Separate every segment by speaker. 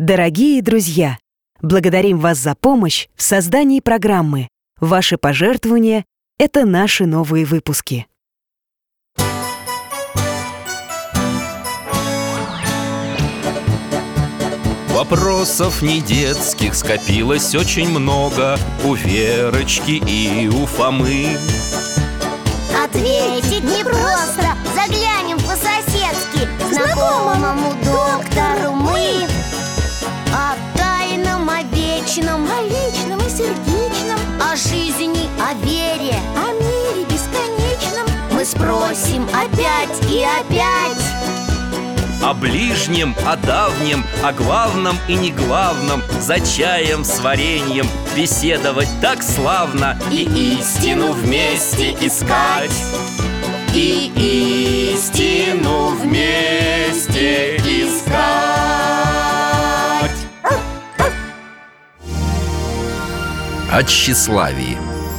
Speaker 1: Дорогие друзья, благодарим вас за помощь в создании программы. Ваши пожертвования – это наши новые выпуски.
Speaker 2: Вопросов не детских скопилось очень много у Верочки и у Фомы.
Speaker 3: Ответить непросто, заглянем по-соседски к знакомому доктору мы. О тайном, о вечном,
Speaker 4: о личном и сердечном,
Speaker 3: о жизни, о вере,
Speaker 4: о мире бесконечном
Speaker 3: мы спросим опять и опять.
Speaker 2: О ближнем, о давнем, о главном и неглавном, за чаем с вареньем беседовать так славно. И истину вместе искать, и истину вместе искать. О тщеславии.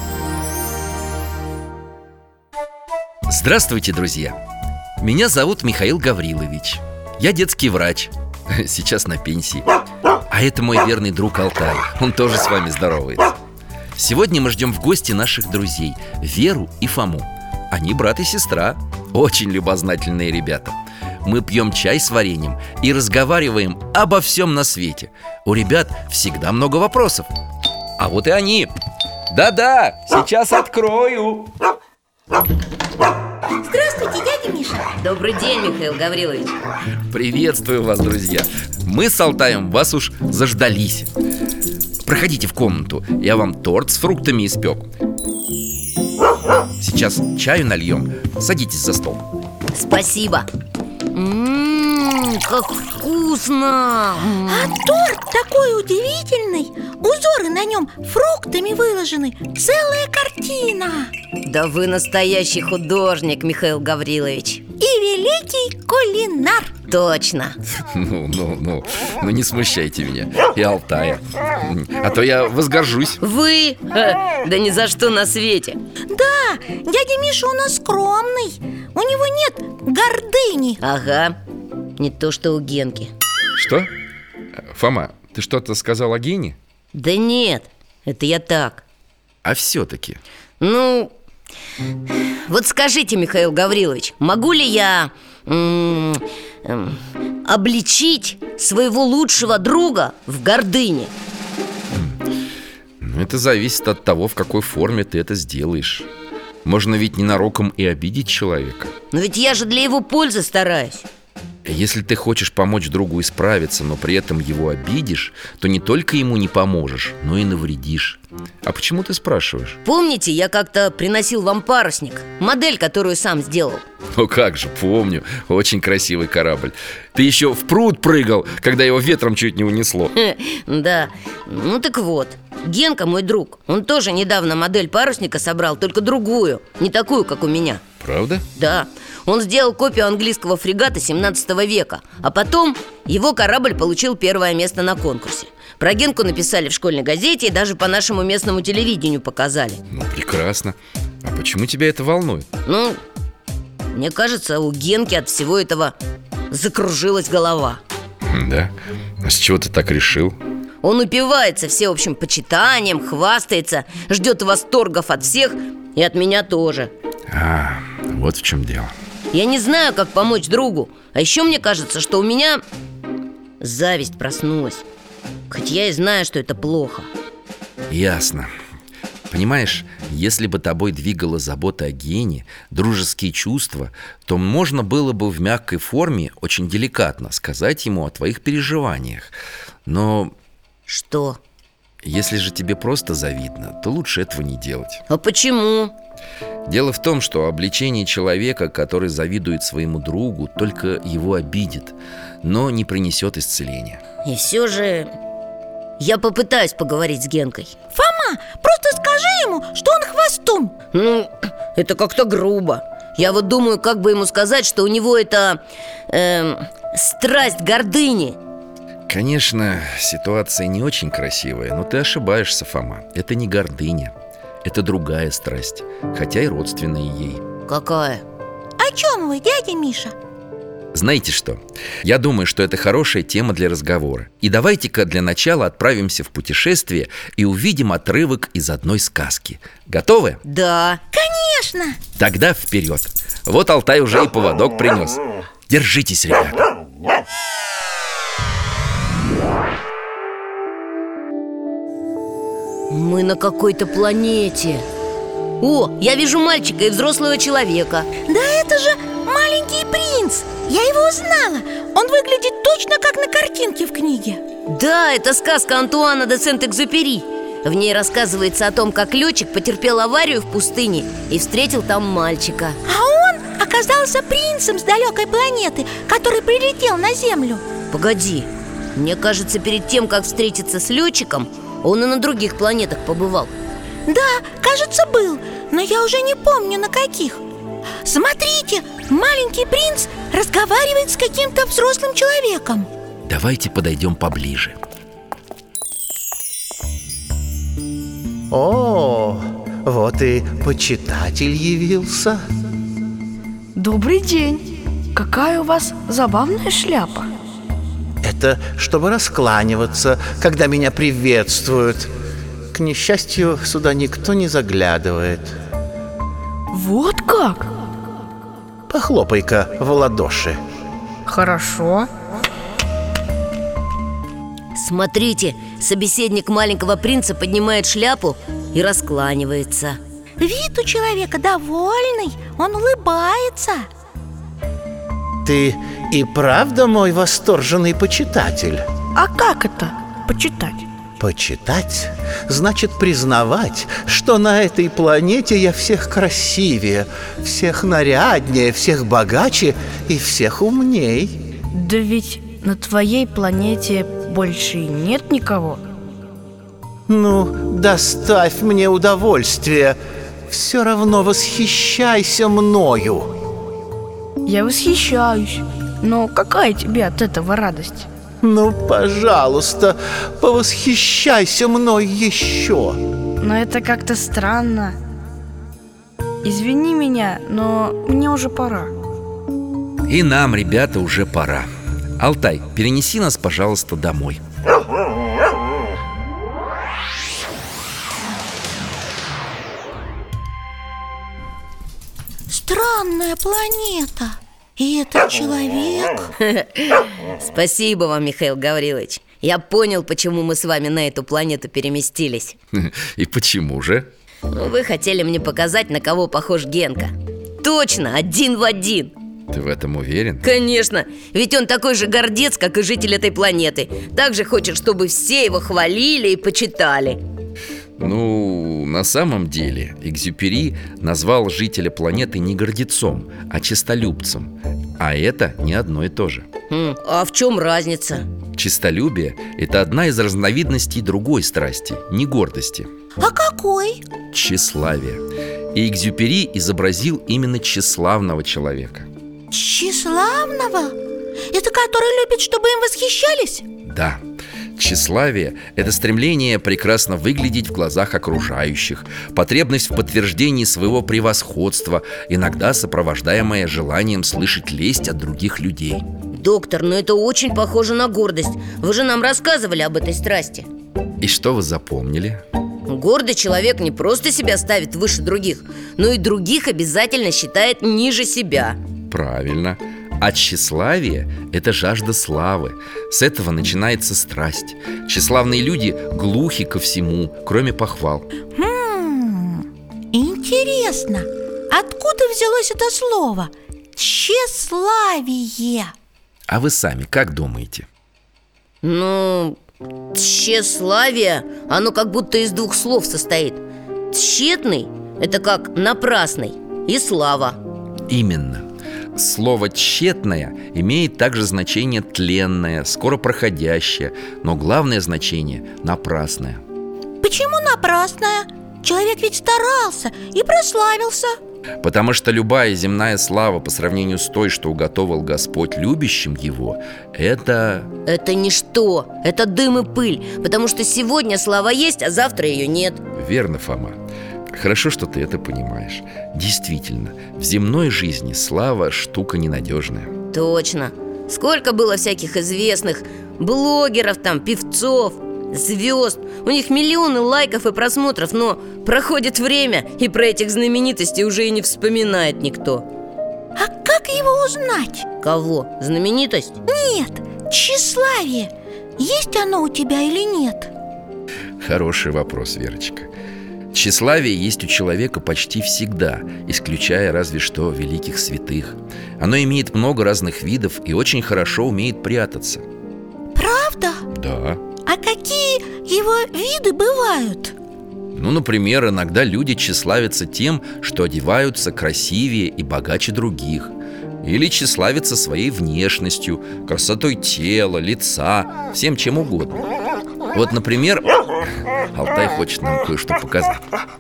Speaker 2: Здравствуйте, друзья! Меня зовут Михаил Гаврилович. Я детский врач, сейчас на пенсии. А это мой верный друг Алтай, он тоже с вами здоровается. Сегодня мы ждем в гости наших друзей Веру и Фому. Они брат и сестра, очень любознательные ребята. Мы пьем чай с вареньем и разговариваем обо всем на свете. У ребят всегда много вопросов. А вот и они. Да-да, сейчас открою.
Speaker 4: Здравствуйте, дядя Миша.
Speaker 5: Добрый день, Михаил Гаврилович.
Speaker 2: Приветствую вас, друзья. Мы с Алтаем вас уж заждались. Проходите в комнату, я вам торт с фруктами испек. Сейчас чаю нальем. Садитесь за стол.
Speaker 5: Спасибо. Как вкусно!
Speaker 4: А торт такой удивительный. Узоры на нем фруктами выложены. Целая картина.
Speaker 5: Да вы настоящий художник, Михаил Гаврилович.
Speaker 4: И великий кулинар.
Speaker 5: Точно.
Speaker 2: Ну, не смущайте меня. И Алтая. А то я возгоржусь.
Speaker 5: Вы? Да ни за что на свете.
Speaker 4: Да, дядя Миша у нас скромный. У него нет гордыни.
Speaker 5: Ага, не то что у Генки.
Speaker 2: Что? Фома, ты что-то сказал о Гене?
Speaker 5: Да нет, это я так.
Speaker 2: А все-таки?
Speaker 5: Ну, вот скажите, Михаил Гаврилович, могу ли я обличить своего лучшего друга в гордыне?
Speaker 2: Ну, это зависит от того, в какой форме ты это сделаешь. Можно ведь ненароком и обидеть человека.
Speaker 5: Но ведь я же для его пользы стараюсь.
Speaker 2: Если ты хочешь помочь другу исправиться, но при этом его обидишь, то не только ему не поможешь, но и навредишь. А почему ты спрашиваешь?
Speaker 5: Помните, я как-то приносил вам парусник, модель, которую сам сделал?
Speaker 2: Ну как же, помню, очень красивый корабль. Ты еще в пруд прыгал, когда его ветром чуть не унесло.
Speaker 5: Да, ну так вот, Генка, мой друг, он тоже недавно модель парусника собрал, только другую, не такую, как у меня.
Speaker 2: Правда?
Speaker 5: Да, он сделал копию английского фрегата 17 века. А потом его корабль получил первое место на конкурсе. Про Генку написали в школьной газете и даже по нашему местному телевидению показали.
Speaker 2: Ну, прекрасно. А почему тебя это волнует?
Speaker 5: Ну, мне кажется, у Генки от всего этого закружилась голова.
Speaker 2: Да? А с чего ты так решил?
Speaker 5: Он упивается всеобщим почитанием, хвастается, ждет восторгов от всех и от меня тоже.
Speaker 2: А, вот в чем дело.
Speaker 5: Я не знаю, как помочь другу. А еще мне кажется, что у меня зависть проснулась. Хоть я и знаю, что это плохо.
Speaker 2: Ясно. Понимаешь, если бы тобой двигала забота о Гене, дружеские чувства, то можно было бы в мягкой форме, очень деликатно сказать ему о твоих переживаниях. Но...
Speaker 5: Что?
Speaker 2: Если же тебе просто завидно, то лучше этого не делать.
Speaker 5: А почему?
Speaker 2: Дело в том, что обличение человека, который завидует своему другу, только его обидит, но не принесет исцеления.
Speaker 5: И все же я попытаюсь поговорить с Генкой.
Speaker 4: Фома, просто скажи ему, что он хвостун.
Speaker 5: Ну, это как-то грубо. Я вот думаю, как бы ему сказать, что у него это страсть гордыни.
Speaker 2: Конечно, ситуация не очень красивая, но ты ошибаешься, Фома. Это не гордыня, это другая страсть, хотя и родственная ей.
Speaker 5: Какая?
Speaker 4: О чем вы, дядя Миша?
Speaker 2: Знаете что? Я думаю, что это хорошая тема для разговора. И давайте-ка для начала отправимся в путешествие и увидим отрывок из одной сказки. Готовы?
Speaker 5: Да.
Speaker 4: Конечно.
Speaker 2: Тогда вперед. Вот Алтай уже и поводок принес. Держитесь, ребята.
Speaker 5: Мы на какой-то планете. О, я вижу мальчика и взрослого человека.
Speaker 4: Да это же маленький принц. Я его узнала. Он выглядит точно как на картинке в книге.
Speaker 5: Да, это сказка Антуана де Сент-Экзюпери. В ней рассказывается о том, как летчик потерпел аварию в пустыне и встретил там мальчика.
Speaker 4: А он оказался принцем с далекой планеты, который прилетел на Землю.
Speaker 5: Погоди, мне кажется, перед тем, как встретиться с летчиком, он и на других планетах побывал.
Speaker 4: Да, кажется, был, но я уже не помню, на каких. Смотрите, маленький принц разговаривает с каким-то взрослым человеком.
Speaker 2: Давайте подойдем поближе.
Speaker 6: О, вот и почитатель явился.
Speaker 7: Добрый день. Какая у вас забавная шляпа.
Speaker 6: Это чтобы раскланиваться, когда меня приветствуют. К несчастью, сюда никто не заглядывает.
Speaker 7: Вот как?
Speaker 6: Похлопай-ка в ладоши.
Speaker 7: Хорошо.
Speaker 5: Смотрите, собеседник маленького принца поднимает шляпу и раскланивается.
Speaker 4: Вид у человека довольный, он улыбается.
Speaker 6: Ты и правда мой восторженный почитатель?
Speaker 7: А как это почитать?
Speaker 6: Почитать значит признавать, что на этой планете я всех красивее, всех наряднее, всех богаче и всех умней.
Speaker 7: Да ведь на твоей планете больше и нет никого.
Speaker 6: Ну, доставь мне удовольствие. Все равно восхищайся мною.
Speaker 7: Я восхищаюсь. Но какая тебе от этого радость?
Speaker 6: Ну, пожалуйста, повосхищайся мной еще.
Speaker 7: Но это как-то странно. Извини меня, но мне уже пора.
Speaker 2: И нам, ребята, уже пора. Алтай, перенеси нас, пожалуйста, домой.
Speaker 4: Странная планета. И этот человек...
Speaker 5: Спасибо вам, Михаил Гаврилович. Я понял, почему мы с вами на эту планету переместились.
Speaker 2: И почему же?
Speaker 5: Ну, вы хотели мне показать, на кого похож Генка. Точно, один в один.
Speaker 2: Ты в этом уверен?
Speaker 5: Конечно, ведь он такой же гордец, как и житель этой планеты. Также хочет, чтобы все его хвалили и почитали.
Speaker 2: Ну, на самом деле, Экзюпери назвал жителя планеты не гордецом, а честолюбцем. А это не одно и то же.
Speaker 5: А в чем разница?
Speaker 2: Честолюбие – это одна из разновидностей другой страсти, не гордости.
Speaker 4: А какой?
Speaker 2: Тщеславие. И Экзюпери изобразил именно тщеславного человека.
Speaker 4: Тщеславного? Это который любит, чтобы им восхищались?
Speaker 2: Да. Тщеславие – это стремление прекрасно выглядеть в глазах окружающих, потребность в подтверждении своего превосходства, иногда сопровождаемое желанием слышать лесть от других людей.
Speaker 5: Доктор, но это очень похоже на гордость. Вы же нам рассказывали об этой страсти.
Speaker 2: И что вы запомнили?
Speaker 5: Гордый человек не просто себя ставит выше других, но и других обязательно считает ниже себя.
Speaker 2: Правильно. А тщеславие – это жажда славы. С этого начинается страсть. Тщеславные люди глухи ко всему, кроме похвал.
Speaker 4: Интересно, откуда взялось это слово? Тщеславие.
Speaker 2: А вы сами как думаете?
Speaker 5: Ну, тщеславие, оно как будто из двух слов состоит. Тщетный – это как напрасный, и слава.
Speaker 2: Именно. Слово «тщетное» имеет также значение «тленное», «скоропроходящее», но главное значение – «напрасное».
Speaker 4: Почему напрасное? Человек ведь старался и прославился.
Speaker 2: Потому что любая земная слава по сравнению с той, что уготовил Господь любящим его, это
Speaker 5: ничто, это дым и пыль. Потому что сегодня слава есть, а завтра ее нет.
Speaker 2: Верно, Фома. Хорошо, что ты это понимаешь. Действительно, в земной жизни слава – штука ненадежная.
Speaker 5: Точно. Сколько было всяких известных блогеров там, певцов, звезд. У них миллионы лайков и просмотров, но проходит время, и про этих знаменитостей уже и не вспоминает никто.
Speaker 4: А как его узнать?
Speaker 5: Кого? Знаменитость?
Speaker 4: Нет, тщеславие. Есть оно у тебя или нет?
Speaker 2: Хороший вопрос, Верочка. Тщеславие есть у человека почти всегда, исключая разве что великих святых. Оно имеет много разных видов и очень хорошо умеет прятаться.
Speaker 4: Правда?
Speaker 2: Да.
Speaker 4: А какие его виды бывают?
Speaker 2: Ну, например, иногда люди тщеславятся тем, что одеваются красивее и богаче других. Или тщеславятся своей внешностью, красотой тела, лица, всем чем угодно. Вот, например, Алтай хочет нам кое-что показать.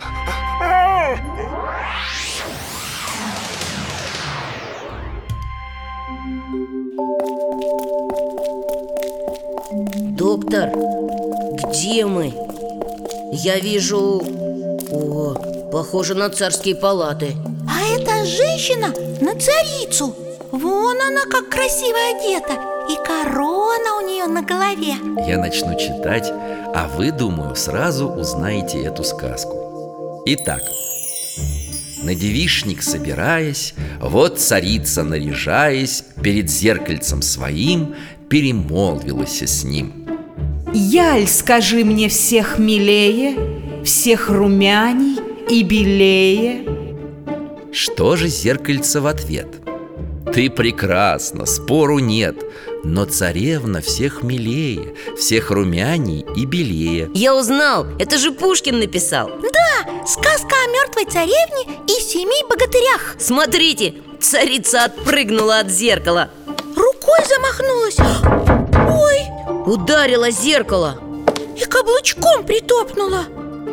Speaker 5: Доктор, где мы? Я вижу... О, похоже на царские палаты.
Speaker 4: А эта женщина на царицу. Вон она как красиво одета. И корона у нее на голове.
Speaker 2: Я начну читать, а вы, думаю, сразу узнаете эту сказку. Итак, на девичник собираясь, вот царица, наряжаясь, перед зеркальцем своим перемолвилась с ним.
Speaker 8: Яль, скажи мне, всех милее, всех румяней и белее.
Speaker 2: Что же зеркальце в ответ? Ты прекрасна, спору нет, но царевна всех милее, всех румяней и белее.
Speaker 5: Я узнал, это же Пушкин написал.
Speaker 4: Да, сказка о мертвой царевне и 7 богатырях.
Speaker 5: Смотрите, царица отпрыгнула от зеркала.
Speaker 4: Рукой замахнулась. Ой,
Speaker 5: ударила зеркало
Speaker 4: и каблучком притопнула.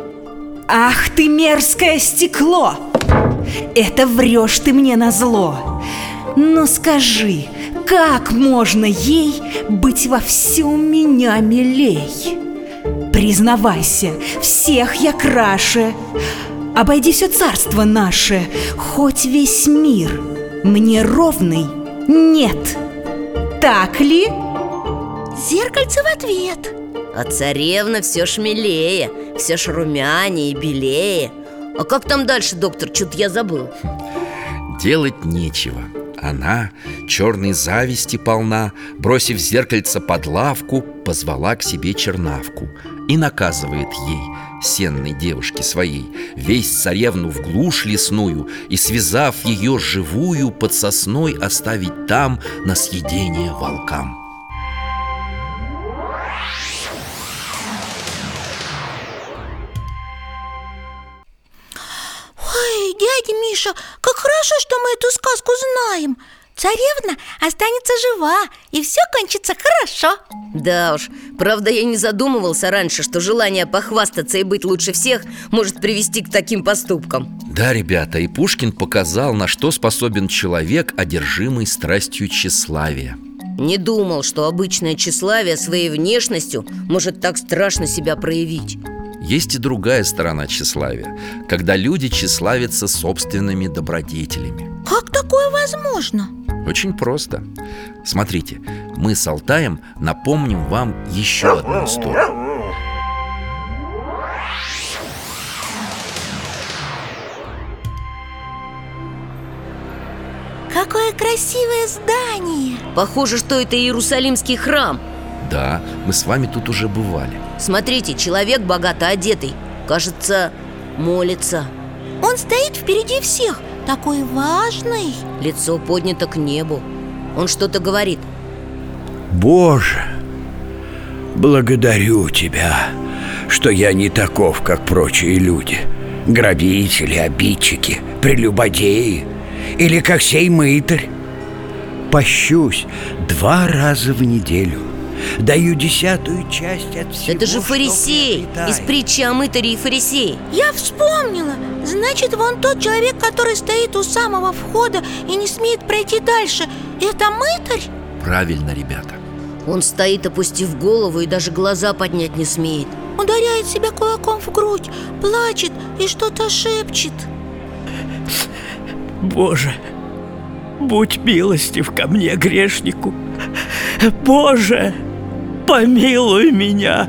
Speaker 8: Ах ты, мерзкое стекло! Это врешь ты мне назло. Но скажи, как можно ей быть во всем меня милей? Признавайся, всех я краше. Обойди все царство наше, хоть весь мир мне ровный нет. Так ли?
Speaker 4: Зеркальце в ответ.
Speaker 5: А царевна все ж милее, все ж румянее и белее. А как там дальше, доктор? Чуть я забыл.
Speaker 2: Делать нечего. Она, черной зависти полна, бросив зеркальце под лавку, позвала к себе чернавку и наказывает ей, сенной девушке своей, весь царевну в глушь лесную и, связав ее живую, под сосной оставить там на съедение волкам.
Speaker 4: Ой, дядя Миша, как хорошо, что мы эту сказку знаем. Царевна останется жива, и все кончится хорошо.
Speaker 5: Да уж, правда, я не задумывался раньше, что желание похвастаться и быть лучше всех может привести к таким поступкам.
Speaker 2: Да, ребята, и Пушкин показал, на что способен человек, одержимый страстью тщеславия.
Speaker 5: Не думал, что обычное тщеславие своей внешностью может так страшно себя проявить.
Speaker 2: Есть и другая сторона тщеславия, когда люди тщеславятся собственными добродетелями.
Speaker 4: Как такое возможно?
Speaker 2: Очень просто. Смотрите, мы с Алтаем напомним вам еще одну историю.
Speaker 4: Какое красивое здание!
Speaker 5: Похоже, что это Иерусалимский храм.
Speaker 2: Да, мы с вами тут уже бывали.
Speaker 5: Смотрите, человек богато одетый, кажется, молится.
Speaker 4: Он стоит впереди всех, такой важный.
Speaker 5: Лицо поднято к небу. Он что-то говорит.
Speaker 9: Боже, благодарю Тебя, что я не таков, как прочие люди. Грабители, обидчики, прелюбодеи. Или как сей мытарь. Пощусь 2 раза в неделю. Даю 10-ую часть от всего.
Speaker 5: Это же фарисей, из притчи о мытаре и фарисее.
Speaker 4: Я вспомнила. Значит, вон тот человек, который стоит у самого входа и не смеет пройти дальше. Это мытарь?
Speaker 2: Правильно, ребята.
Speaker 5: Он стоит, опустив голову, и даже глаза поднять не смеет.
Speaker 4: Ударяет себя кулаком в грудь, плачет и что-то шепчет.
Speaker 9: Боже, будь милостив ко мне, грешнику. Боже, помилуй меня.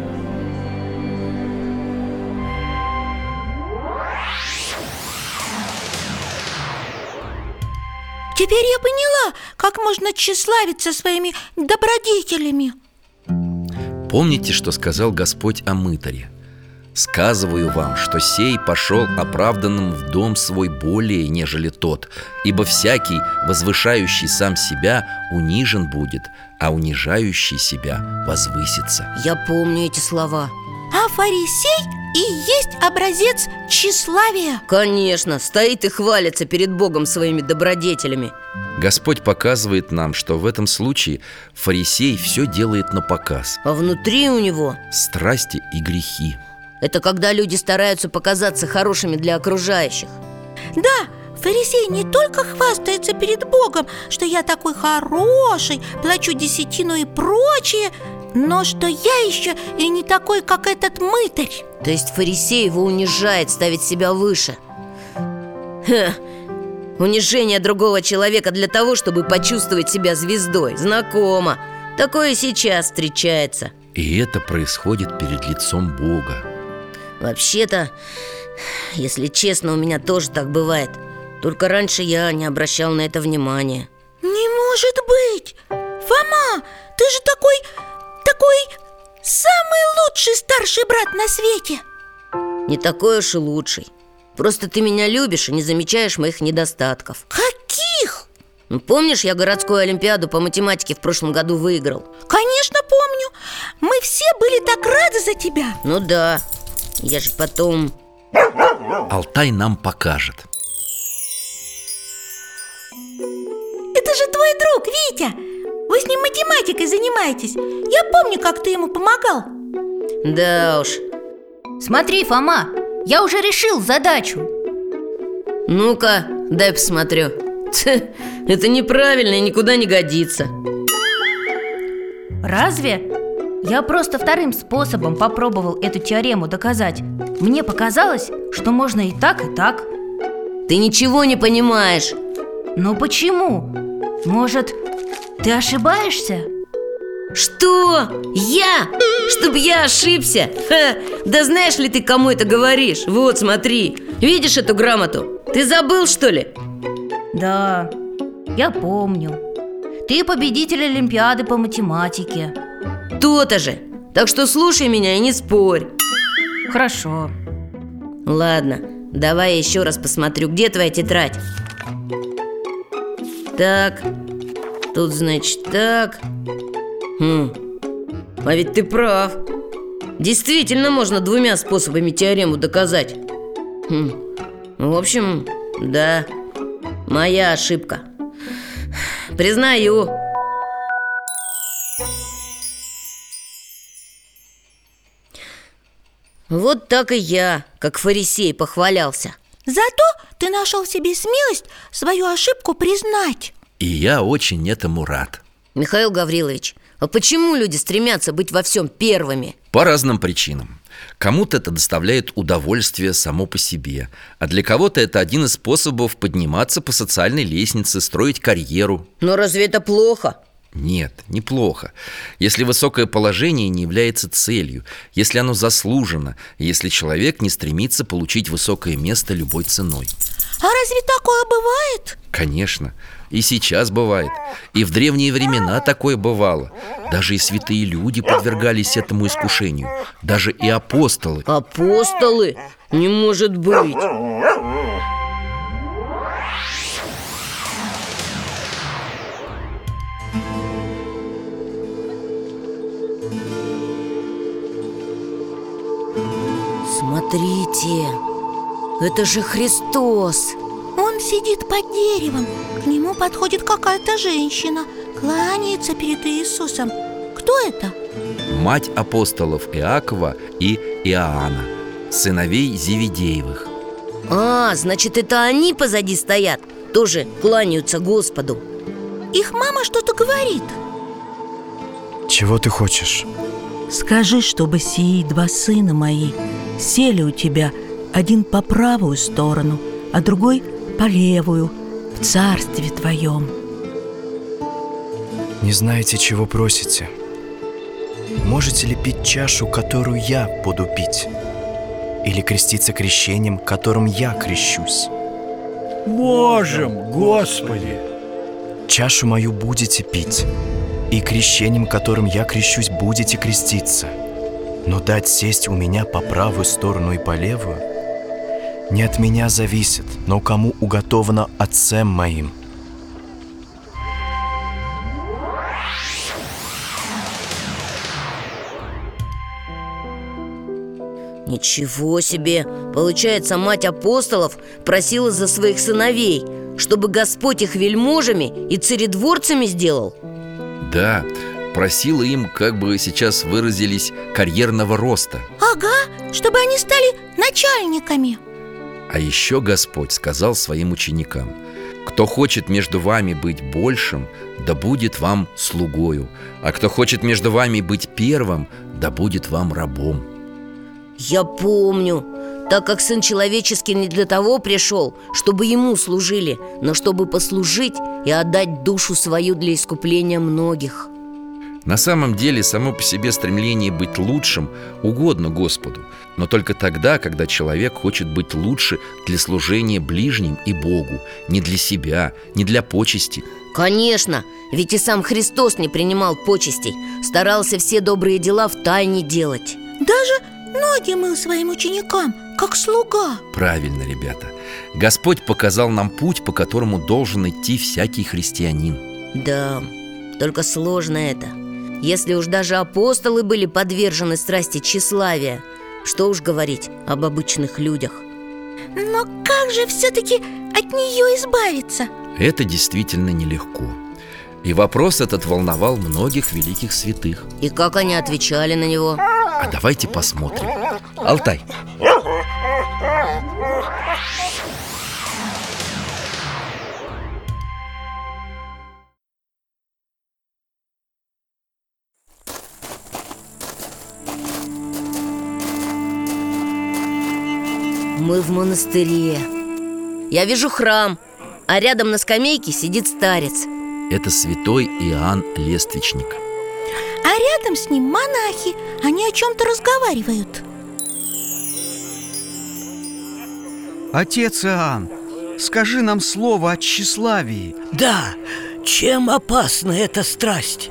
Speaker 4: Теперь я поняла, как можно тщеславиться своими добродетелями.
Speaker 2: Помните, что сказал Господь о мытаре? «Сказываю вам, что сей пошел оправданным в дом свой более, нежели тот, ибо всякий, возвышающий сам себя, унижен будет, а унижающий себя возвысится».
Speaker 5: Я помню эти слова.
Speaker 4: А фарисей и есть образец тщеславия.
Speaker 5: Конечно, стоит и хвалится перед Богом своими добродетелями.
Speaker 2: Господь показывает нам, что в этом случае фарисей все делает напоказ.
Speaker 5: А внутри у него
Speaker 2: страсти и грехи.
Speaker 5: это когда люди стараются показаться хорошими для окружающих.
Speaker 4: Да, фарисей не только хвастается перед Богом, что я такой хороший, плачу десятину и прочее, но что я еще и не такой, как этот мытарь.
Speaker 5: То есть фарисей его унижает, ставит себя выше. Ха. Унижение другого человека для того, чтобы почувствовать себя звездой. Знакомо. Такое сейчас встречается.
Speaker 2: И это происходит перед лицом Бога.
Speaker 5: Вообще-то, если честно, у меня тоже так бывает. Только раньше я не обращал на это внимания.
Speaker 4: Не может быть! Фома, ты же такой самый лучший старший брат на свете.
Speaker 5: Не такой уж и лучший. Просто ты меня любишь и не замечаешь моих недостатков.
Speaker 4: Каких?
Speaker 5: Помнишь, я городскую олимпиаду по математике в прошлом году выиграл?
Speaker 4: Конечно, помню. Мы все были так рады за тебя.
Speaker 5: Ну да, я же потом...
Speaker 2: Алтай нам покажет.
Speaker 4: Это же твой друг, Витя. Вы с ним математикой занимаетесь. Я помню, как ты ему помогал.
Speaker 5: Да уж.
Speaker 3: Смотри, Фома, я уже решил задачу.
Speaker 5: Ну-ка, дай посмотрю. Это неправильно и никуда не годится.
Speaker 3: Разве? Я просто вторым способом попробовал эту теорему доказать. Мне показалось, что можно и так, и так.
Speaker 5: Ты ничего не понимаешь.
Speaker 3: Но почему? Может, ты ошибаешься?
Speaker 5: Что? Я? Чтоб я ошибся? Ха! Да знаешь ли ты, кому это говоришь? Вот, смотри. Видишь эту грамоту? Ты забыл, что ли?
Speaker 3: Да, я помню. Ты победитель Олимпиады по математике.
Speaker 5: То-то же. Так что слушай меня и не спорь.
Speaker 3: Хорошо.
Speaker 5: Ладно, давай я еще раз посмотрю, где твоя тетрадь. Так, тут значит так. А ведь ты прав. Действительно можно двумя способами теорему доказать. В общем, да, моя ошибка. Признаю. Вот так и я, как фарисей, похвалялся.
Speaker 4: Зато ты нашел в себе смелость свою ошибку признать.
Speaker 2: И я очень этому рад.
Speaker 5: Михаил Гаврилович, а почему люди стремятся быть во всем первыми?
Speaker 2: По разным причинам. Кому-то это доставляет удовольствие само по себе, а для кого-то это один из способов подниматься по социальной лестнице, строить карьеру.
Speaker 5: Но разве это плохо?
Speaker 2: Нет, неплохо. Если высокое положение не является целью, если оно заслужено, если человек не стремится получить высокое место любой ценой.
Speaker 4: А разве такое бывает?
Speaker 2: Конечно, и сейчас бывает. И в древние времена такое бывало. Даже и святые люди подвергались этому искушению. Даже и апостолы.
Speaker 5: Апостолы? Не может быть. Смотрите, это же Христос.
Speaker 4: Он сидит под деревом. К нему подходит какая-то женщина, кланяется перед Иисусом. Кто это?
Speaker 2: Мать апостолов Иакова и Иоанна, сыновей Зеведеевых.
Speaker 5: А, значит, это они позади стоят, тоже кланяются Господу.
Speaker 4: Их мама что-то говорит.
Speaker 10: Чего ты хочешь?
Speaker 11: Скажи, чтобы сии два сына мои сели у тебя, один по правую сторону, а другой по левую, в царстве твоем.
Speaker 10: Не знаете, чего просите? Можете ли пить чашу, которую я буду пить? Или креститься крещением, которым я крещусь?
Speaker 9: Можем, Господи!
Speaker 10: Чашу мою будете пить, и крещением, которым я крещусь, будете креститься. Но дать сесть у меня по правую сторону и по левую не от меня зависит, но кому уготовано Отцем моим.
Speaker 5: Ничего себе! Получается, мать апостолов просила за своих сыновей, чтобы Господь их вельможами и царедворцами сделал?
Speaker 2: Да, просила им, как бы сейчас выразились, карьерного роста.
Speaker 4: Ага, чтобы они стали начальниками.
Speaker 2: А еще Господь сказал своим ученикам: кто хочет между вами быть большим, да будет вам слугою, а кто хочет между вами быть первым, да будет вам рабом.
Speaker 5: Я помню, так как Сын Человеческий не для того пришел, чтобы Ему служили, но чтобы послужить и отдать душу свою для искупления многих.
Speaker 2: На самом деле, само по себе стремление быть лучшим угодно Господу, но только тогда, когда человек хочет быть лучше для служения ближним и Богу, не для себя, не для почести.
Speaker 5: Конечно, ведь и сам Христос не принимал почестей, старался все добрые дела втайне делать.
Speaker 4: Даже ноги мыл своим ученикам, как слуга.
Speaker 2: Правильно, ребята. Господь показал нам путь, по которому должен идти всякий христианин.
Speaker 5: Да, только сложно это. Если уж даже апостолы были подвержены страсти тщеславия, что уж говорить об обычных людях.
Speaker 4: Но как же все-таки от нее избавиться?
Speaker 2: Это действительно нелегко. И вопрос этот волновал многих великих святых.
Speaker 5: И как они отвечали на него?
Speaker 2: А давайте посмотрим. Алтай.
Speaker 5: Мы в монастыре. Я вижу храм, а рядом на скамейке сидит старец.
Speaker 2: Это святой Иоанн Лествичник.
Speaker 4: А рядом с ним монахи. Они о чем-то разговаривают.
Speaker 12: Отец Иоанн, скажи нам слово о тщеславии.
Speaker 13: Да, чем опасна эта страсть?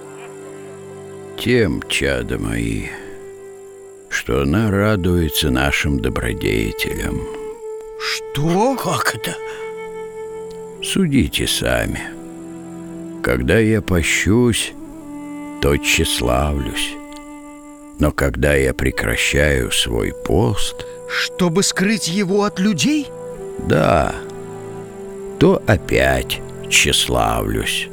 Speaker 9: Тем, чада мои, что она радуется нашим добродетелям.
Speaker 12: Что?
Speaker 13: Как это?
Speaker 9: Судите сами. Когда я пощусь, то тщеславлюсь. Но когда я прекращаю свой пост,
Speaker 12: чтобы скрыть его от людей?
Speaker 9: Да, то опять тщеславлюсь.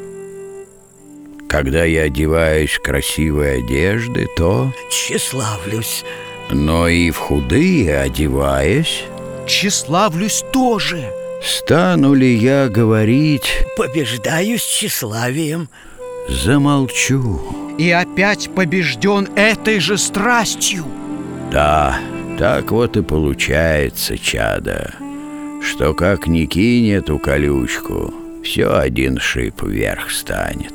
Speaker 9: Когда я одеваюсь в красивые одежды, то
Speaker 13: тщеславлюсь.
Speaker 9: Но и в худые одеваясь,
Speaker 12: тщеславлюсь тоже.
Speaker 9: Стану ли я говорить:
Speaker 13: побеждаюсь тщеславием?
Speaker 9: Замолчу.
Speaker 12: И опять побежден этой же страстью.
Speaker 9: Да, так вот и получается, чада, что как ни кинь эту колючку, все один шип вверх станет.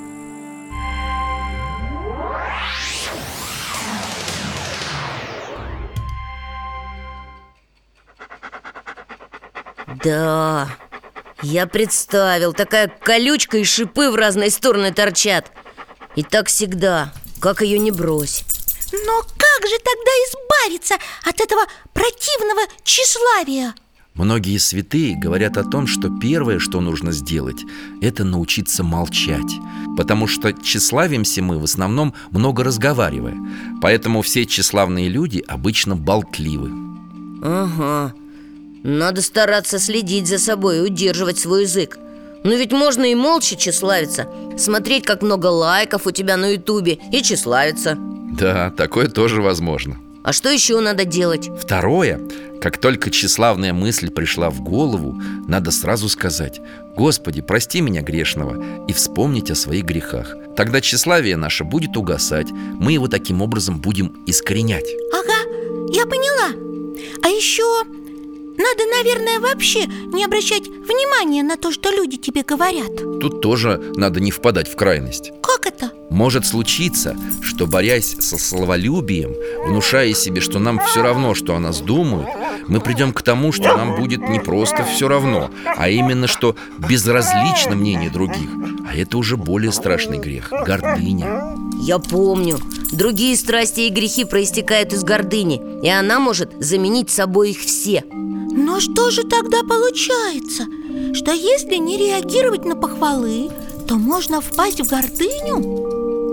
Speaker 5: Да, я представил, такая колючка и шипы в разные стороны торчат. И так всегда, как ее не брось.
Speaker 4: Но как же тогда избавиться от этого противного тщеславия?
Speaker 2: Многие святые говорят о том, что первое, что нужно сделать, это научиться молчать. Потому что тщеславимся мы в основном много разговаривая. Поэтому все тщеславные люди обычно болтливы.
Speaker 5: Ага, надо стараться следить за собой и удерживать свой язык. Но ведь можно и молча тщеславиться. Смотреть, как много лайков у тебя на ютубе, и тщеславиться.
Speaker 2: Да, такое тоже возможно.
Speaker 5: А что еще надо делать?
Speaker 2: Второе, как только тщеславная мысль пришла в голову, надо сразу сказать: Господи, прости меня грешного, и вспомнить о своих грехах. Тогда тщеславие наше будет угасать. Мы его таким образом будем искоренять.
Speaker 4: Ага, я поняла. А еще Надо, наверное, вообще не обращать внимания на то, что люди тебе говорят.
Speaker 2: Тут тоже надо не впадать в крайность.
Speaker 4: Как это?
Speaker 2: Может случиться, что, борясь со словолюбием, внушая себе, что нам все равно, что о нас думают, мы придем к тому, что нам будет не просто все равно, а именно, что безразлично мнение других. А это уже более страшный грех – гордыня.
Speaker 5: Я помню, другие страсти и грехи проистекают из гордыни, и она может заменить собой их все.
Speaker 4: Но что же тогда получается? Что если не реагировать на похвалы, то можно впасть в гордыню?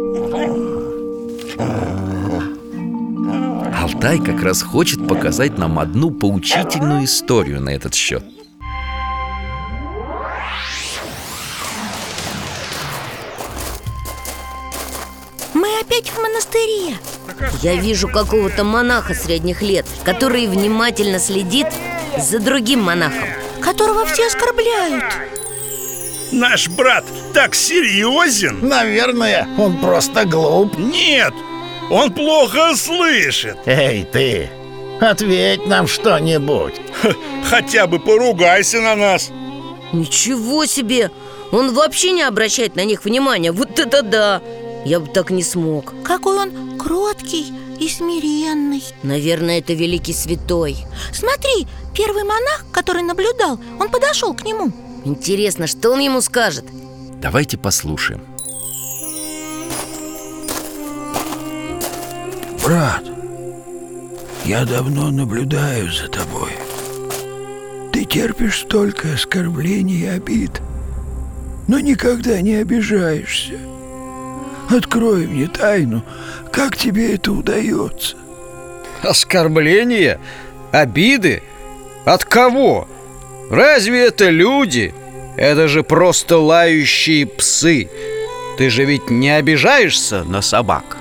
Speaker 2: Алтай как раз хочет показать нам одну поучительную историю на этот счет.
Speaker 4: Мы опять в монастыре.
Speaker 5: Я вижу какого-то монаха средних лет, который внимательно следит за другим монахом,
Speaker 4: которого все оскорбляют.
Speaker 14: Наш брат так серьезен?
Speaker 6: Наверное, он просто глуп.
Speaker 14: Нет, он плохо слышит.
Speaker 6: Эй, ты, ответь нам что-нибудь.
Speaker 14: Хотя бы поругайся на нас.
Speaker 5: Ничего себе! Он вообще не обращает на них внимания. Вот это да! Я бы так не смог.
Speaker 4: Какой он кроткий и смиренный.
Speaker 5: Наверное, это великий святой.
Speaker 4: Смотри, первый монах, который наблюдал, он подошел к нему.
Speaker 5: Интересно, что он ему скажет?
Speaker 2: Давайте послушаем.
Speaker 9: Брат, я давно наблюдаю за тобой. Ты терпишь столько оскорблений и обид, но никогда не обижаешься. Открой мне тайну, как тебе это удается?
Speaker 12: Оскорбления? Обиды? От кого? Разве это люди? Это же просто лающие псы. Ты же ведь не обижаешься на собак?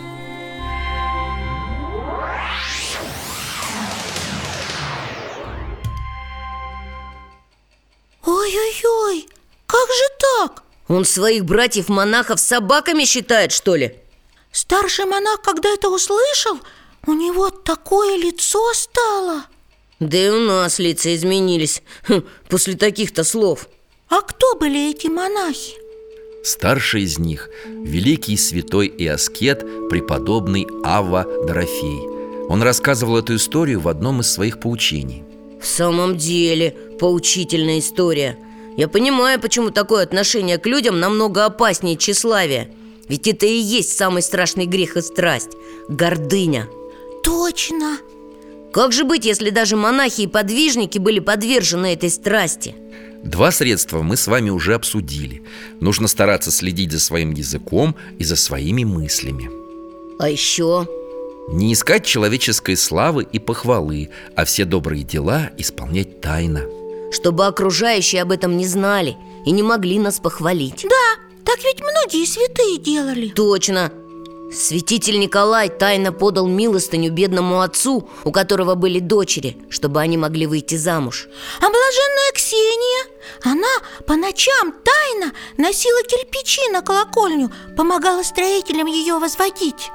Speaker 4: Ой-ой-ой, как же так?
Speaker 5: Он своих братьев-монахов собаками считает, что ли?
Speaker 4: Старший монах, когда это услышал, у него такое лицо стало.
Speaker 5: Да и у нас лица изменились после таких-то слов.
Speaker 4: А кто были эти монахи?
Speaker 2: Старший из них – великий святой и аскет, преподобный Авва Дорофей. Он рассказывал эту историю в одном из своих поучений.
Speaker 5: В самом деле, поучительная история. Я понимаю, почему такое отношение к людям намного опаснее тщеславия. Ведь это и есть самый страшный грех и страсть – гордыня.
Speaker 4: Точно.
Speaker 5: Как же быть, если даже монахи и подвижники были подвержены этой страсти?
Speaker 2: Два средства мы с вами уже обсудили. Нужно стараться следить за своим языком и за своими мыслями.
Speaker 5: А еще?
Speaker 2: Не искать человеческой славы и похвалы, а все добрые дела исполнять тайно.
Speaker 5: Чтобы окружающие об этом не знали и не могли нас похвалить.
Speaker 4: Да, так ведь многие святые делали.
Speaker 5: Точно. Святитель Николай тайно подал милостыню бедному отцу, у которого были дочери, чтобы они могли выйти замуж.
Speaker 4: А блаженная Ксения, она по ночам тайно носила кирпичи на колокольню, помогала строителям ее возводить.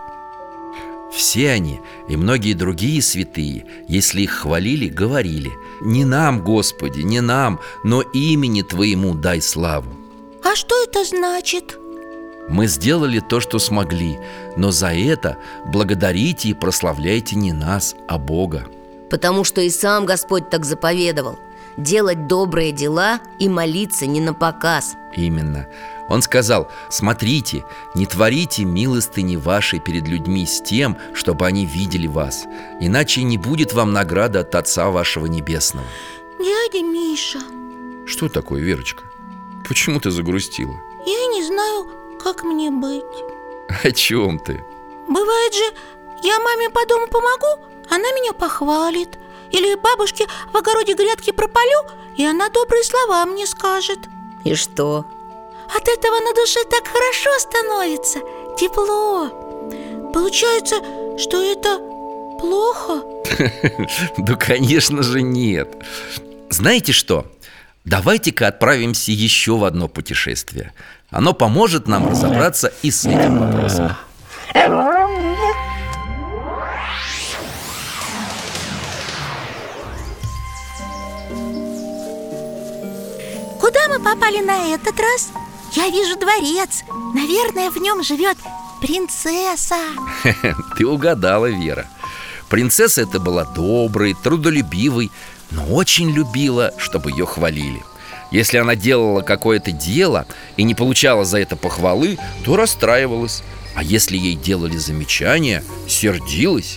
Speaker 2: Все они и многие другие святые, если их хвалили, говорили: «Не нам, Господи, не нам, но имени Твоему дай славу».
Speaker 4: А что это значит?
Speaker 2: Мы сделали то, что смогли, но за это благодарите и прославляйте не нас, а Бога.
Speaker 5: Потому что и сам Господь так заповедовал: делать добрые дела и молиться не напоказ.
Speaker 2: Именно. Он сказал: смотрите, не творите милостыни вашей перед людьми с тем, чтобы они видели вас, иначе не будет вам награды от Отца вашего Небесного.
Speaker 4: Дядя Миша.
Speaker 2: Что такое, Верочка? Почему ты загрустила?
Speaker 4: Я не знаю, как мне быть.
Speaker 2: О чем ты?
Speaker 4: Бывает же, я маме по дому помогу, она меня похвалит. Или бабушке в огороде грядки пропалю, и она добрые слова мне скажет.
Speaker 5: И что?
Speaker 4: От этого на душе так хорошо становится, тепло. Получается, что это плохо?
Speaker 2: Да, конечно же, нет. Знаете что? Давайте-ка отправимся еще в одно путешествие. Оно поможет нам разобраться и с этим вопросом.
Speaker 4: попали на этот раз? Я вижу дворец. Наверное, в нем живет принцесса.
Speaker 2: Ты угадала, Вера. Принцесса эта была доброй, трудолюбивой, но очень любила, чтобы ее хвалили. Если она делала какое-то дело и не получала за это похвалы, то расстраивалась. А если ей делали замечания, сердилась.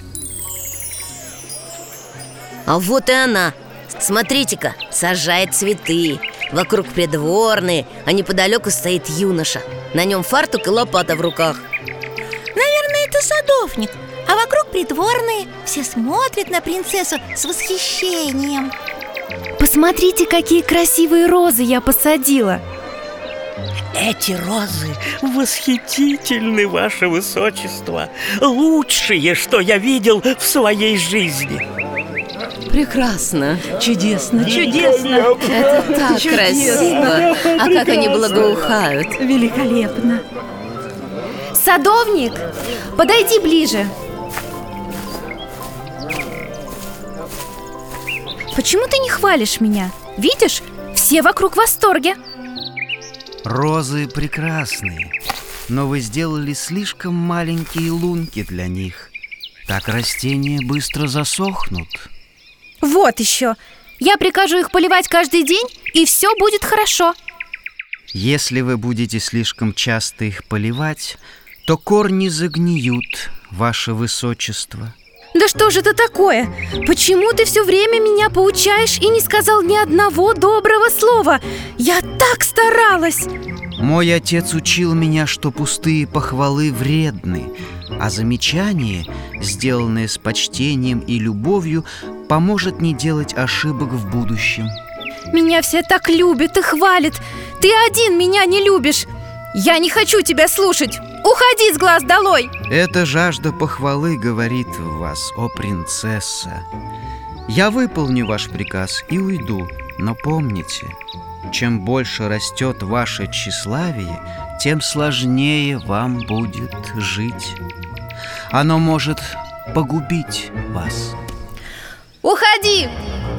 Speaker 5: А вот и она. Смотрите-ка, сажает цветы. Вокруг придворные, а неподалеку стоит юноша. На нем фартук и лопата в руках.
Speaker 4: Наверное, это садовник. А вокруг придворные. Все смотрят на принцессу с восхищением.
Speaker 15: Посмотрите, какие красивые розы я посадила.
Speaker 13: Эти розы восхитительны, ваше высочество. Лучшие, что я видел в своей жизни.
Speaker 5: Прекрасно,
Speaker 15: чудесно, чудесно.
Speaker 5: Это так красиво. А как они благоухают.
Speaker 15: Великолепно. Садовник, подойди ближе. Почему ты не хвалишь меня? Видишь, все вокруг в восторге.
Speaker 12: Розы прекрасные, но вы сделали слишком маленькие лунки для них. Так растения быстро засохнут.
Speaker 15: Вот еще. Я прикажу их поливать каждый день, и все будет хорошо.
Speaker 12: Если вы будете слишком часто их поливать, то корни загниют, ваше высочество.
Speaker 15: Да что же это такое? Почему ты все время меня поучаешь и не сказал ни одного доброго слова? Я так старалась!
Speaker 12: Мой отец учил меня, что пустые похвалы вредны, а замечание, сделанное с почтением и любовью, поможет не делать ошибок в будущем.
Speaker 15: Меня все так любят и хвалят. Ты один меня не любишь. Я не хочу тебя слушать. Уходи с глаз долой.
Speaker 12: Эта жажда похвалы говорит в вас, о принцесса. Я выполню ваш приказ и уйду, но помните, чем больше растет ваше тщеславие, тем сложнее вам будет жить. Оно может погубить вас.
Speaker 15: Уходи!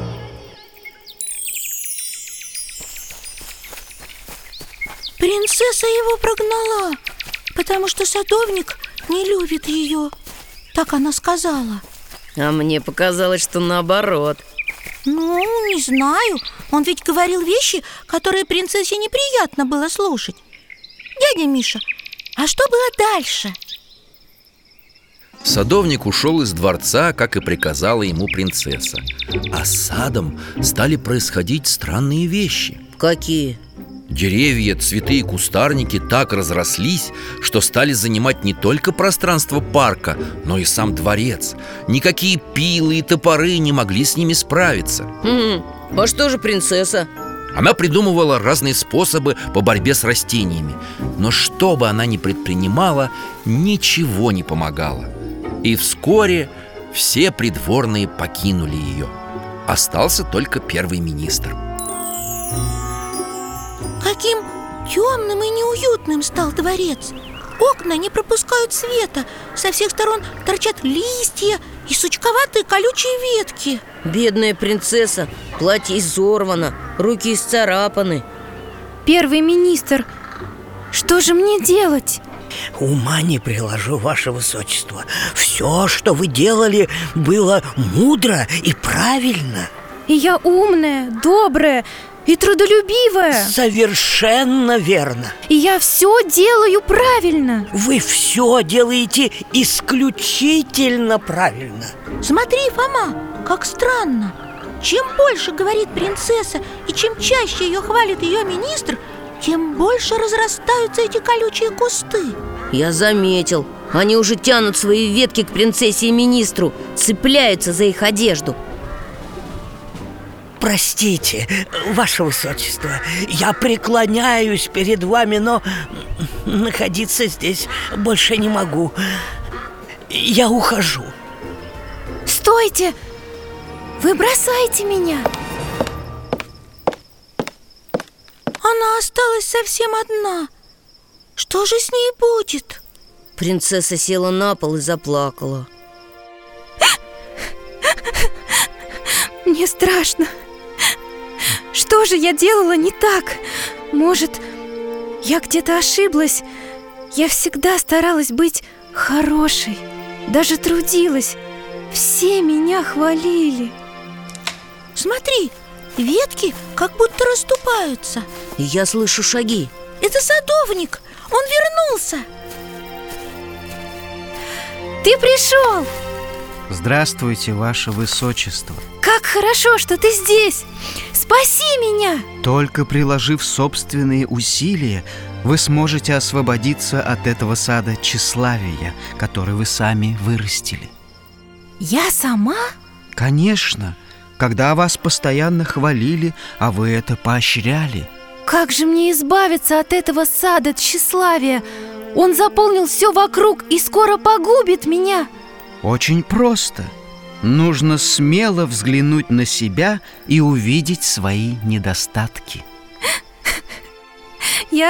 Speaker 4: Принцесса его прогнала, потому что садовник не любит ее. Так она сказала.
Speaker 5: А мне показалось, что наоборот.
Speaker 4: Ну, не знаю. Он ведь говорил вещи, которые принцессе неприятно было слушать. Дядя Миша, а что было дальше?
Speaker 2: Садовник ушел из дворца, как и приказала ему принцесса. А с садом стали происходить странные вещи.
Speaker 5: Какие?
Speaker 2: Деревья, цветы и кустарники так разрослись, что стали занимать не только пространство парка, но и сам дворец. Никакие пилы и топоры не могли с ними справиться.
Speaker 5: А что же принцесса?
Speaker 2: Она придумывала разные способы по борьбе с растениями, но что бы она ни предпринимала, ничего не помогало. И вскоре все придворные покинули ее. Остался только первый министр.
Speaker 4: Каким темным и неуютным стал дворец. Окна не пропускают света. Со всех сторон торчат листья и сучковатые колючие ветки.
Speaker 5: Бедная принцесса, платье изорвано, руки исцарапаны.
Speaker 15: Первый министр, что же мне делать?
Speaker 13: Ума не приложу, ваше высочество. Все, что вы делали, было мудро и правильно.
Speaker 15: И я умная, добрая и трудолюбивая.
Speaker 13: Совершенно верно.
Speaker 15: И я все делаю правильно.
Speaker 13: Вы все делаете исключительно правильно.
Speaker 4: Смотри, Фома, как странно. Чем больше говорит принцесса и чем чаще ее хвалит ее министр, тем больше разрастаются эти колючие кусты.
Speaker 5: Я заметил. Они уже тянут свои ветки к принцессе и министру, цепляются за их одежду.
Speaker 13: Простите, ваше высочество, я преклоняюсь перед вами, но находиться здесь больше не могу. Я ухожу.
Speaker 15: Стойте! Вы бросаете меня.
Speaker 4: Она осталась совсем одна. Что же с ней будет?
Speaker 5: Принцесса села на пол и заплакала.
Speaker 15: Мне страшно. Что же я делала не так? Может, я где-то ошиблась. Я всегда старалась быть хорошей, даже трудилась. Все меня хвалили.
Speaker 4: Смотри, ветки как будто расступаются.
Speaker 5: Я слышу шаги.
Speaker 4: Это садовник, он вернулся.
Speaker 15: Ты пришел!
Speaker 12: Здравствуйте, ваше высочество.
Speaker 15: Как хорошо, что ты здесь! Спаси меня!
Speaker 12: Только приложив собственные усилия, вы сможете освободиться от этого сада тщеславия, который вы сами вырастили.
Speaker 15: Я сама?
Speaker 12: Конечно, когда вас постоянно хвалили, а вы это поощряли.
Speaker 15: Как же мне избавиться от этого сада тщеславия? Он заполнил все вокруг и скоро погубит меня.
Speaker 12: Очень просто. Нужно смело взглянуть на себя и увидеть свои недостатки.
Speaker 15: Я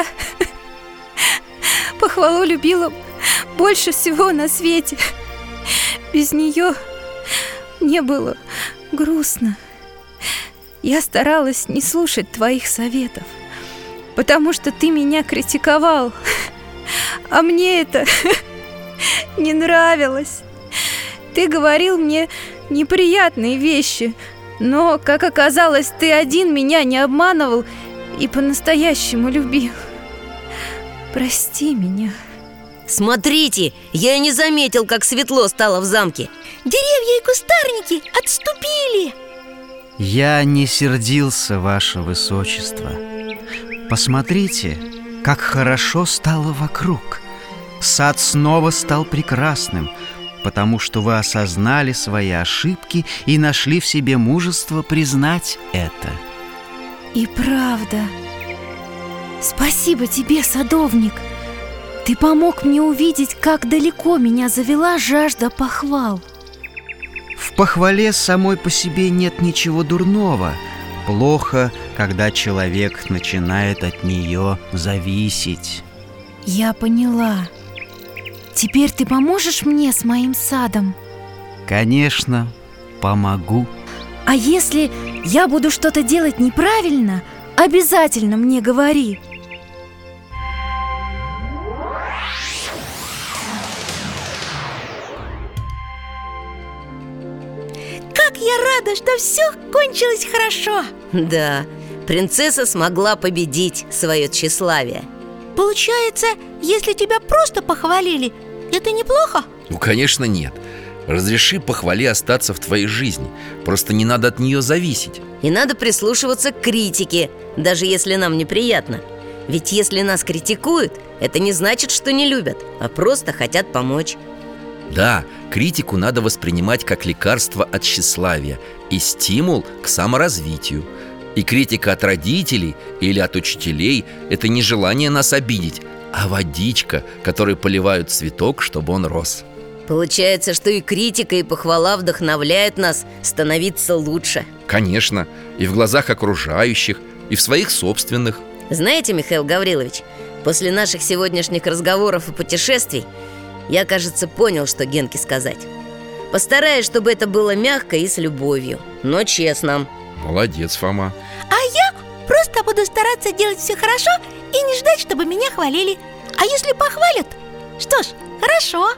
Speaker 15: похвалу любила больше всего на свете. Без нее мне было грустно. Я старалась не слушать твоих советов, потому что ты меня критиковал, а мне это не нравилось. Ты говорил мне неприятные вещи, но, как оказалось, ты один меня не обманывал и по-настоящему любил. Прости меня.
Speaker 5: Смотрите, я и не заметил, как светло стало в замке.
Speaker 4: Деревья и кустарники отступили.
Speaker 12: Я не сердился, ваше высочество. Посмотрите, как хорошо стало вокруг. Сад снова стал прекрасным, потому что вы осознали свои ошибки и нашли в себе мужество признать это.
Speaker 15: И правда. Спасибо тебе, садовник. Ты помог мне увидеть, как далеко меня завела жажда похвал.
Speaker 12: В похвале самой по себе нет ничего дурного. Плохо, когда человек начинает от нее зависеть.
Speaker 15: Я поняла. Теперь ты поможешь мне с моим садом?
Speaker 12: Конечно, помогу.
Speaker 15: А если я буду что-то делать неправильно, обязательно мне говори.
Speaker 4: Как я рада, что все кончилось хорошо.
Speaker 5: Да, принцесса смогла победить свое тщеславие.
Speaker 4: Получается, если тебя просто похвалили, это неплохо?
Speaker 2: Ну, конечно, нет. Разреши похвале остаться в твоей жизни. Просто не надо от нее зависеть.
Speaker 5: И надо прислушиваться к критике, даже если нам неприятно. Ведь если нас критикуют, это не значит, что не любят, а просто хотят помочь.
Speaker 2: Да, критику надо воспринимать как лекарство от тщеславия и стимул к саморазвитию. И критика от родителей или от учителей – это не желание нас обидеть, а водичка, которой поливают цветок, чтобы он рос.
Speaker 5: Получается, что и критика, и похвала вдохновляют нас становиться лучше.
Speaker 2: Конечно, и в глазах окружающих, и в своих собственных.
Speaker 5: Знаете, Михаил Гаврилович, после наших сегодняшних разговоров и путешествий я, кажется, понял, что Генке сказать. Постараюсь, чтобы это было мягко и с любовью, но честно.
Speaker 2: Молодец, Фома.
Speaker 4: А я просто буду стараться делать все хорошо и не ждать, чтобы меня хвалили. А если похвалят, что ж, хорошо.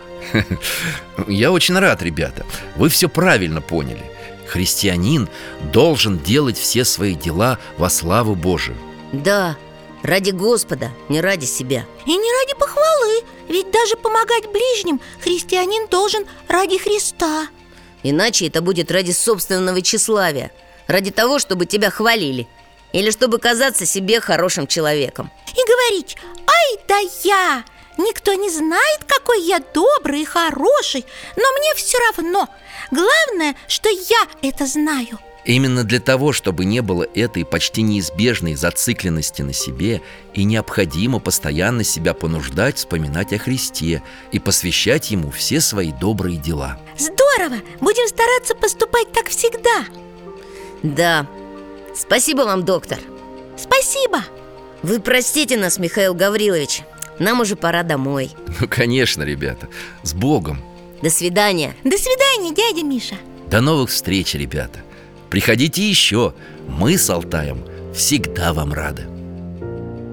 Speaker 2: Я очень рад, ребята. Вы все правильно поняли. Христианин должен делать все свои дела во славу Божию.
Speaker 5: Да, ради Господа, не ради себя.
Speaker 4: И не ради похвалы. Ведь даже помогать ближним христианин должен ради Христа.
Speaker 5: Иначе это будет ради собственного тщеславия, ради того, чтобы тебя хвалили, или чтобы казаться себе хорошим человеком.
Speaker 4: И говорить: ай да я! Никто не знает, какой я добрый и хороший, но мне все равно. Главное, что я это знаю.
Speaker 2: Именно для того, чтобы не было этой почти неизбежной зацикленности на себе, и необходимо постоянно себя понуждать вспоминать о Христе и посвящать Ему все свои добрые дела.
Speaker 4: Здорово! Будем стараться поступать так всегда.
Speaker 5: Да. Спасибо вам, доктор.
Speaker 4: Спасибо.
Speaker 5: Вы простите нас, Михаил Гаврилович. Нам уже пора домой.
Speaker 2: Ну, конечно, ребята. С Богом.
Speaker 5: До свидания.
Speaker 4: До свидания, дядя Миша.
Speaker 2: До новых встреч, ребята. Приходите еще. Мы с Алтаем всегда вам рады.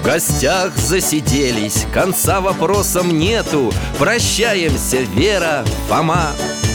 Speaker 2: гостях засиделись, конца вопросам нету. Прощаемся, Вера, Фома.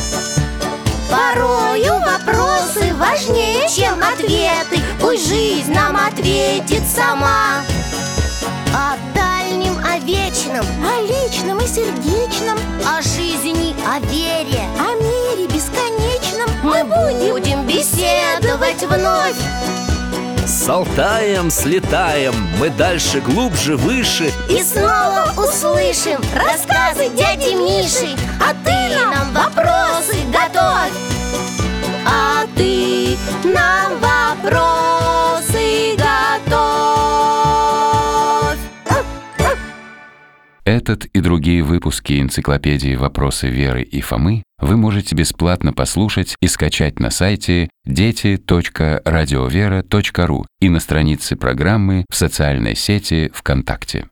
Speaker 16: Порою вопросы важнее, чем ответы. Пусть жизнь нам ответит сама. О дальнем, о вечном,
Speaker 4: о личном и сердечном,
Speaker 16: о жизни, о вере,
Speaker 4: о мире бесконечном
Speaker 16: мы будем беседовать вновь.
Speaker 2: С Алтаем слетаем, мы дальше, глубже, выше.
Speaker 16: И снова услышим рассказы дяди Миши. А ты нам вопросы готовь. А ты нам вопросы готовь.
Speaker 17: Этот и другие выпуски энциклопедии «Вопросы Веры и Фомы» вы можете бесплатно послушать и скачать на сайте дети.радиовера.ру и на странице программы в социальной сети ВКонтакте.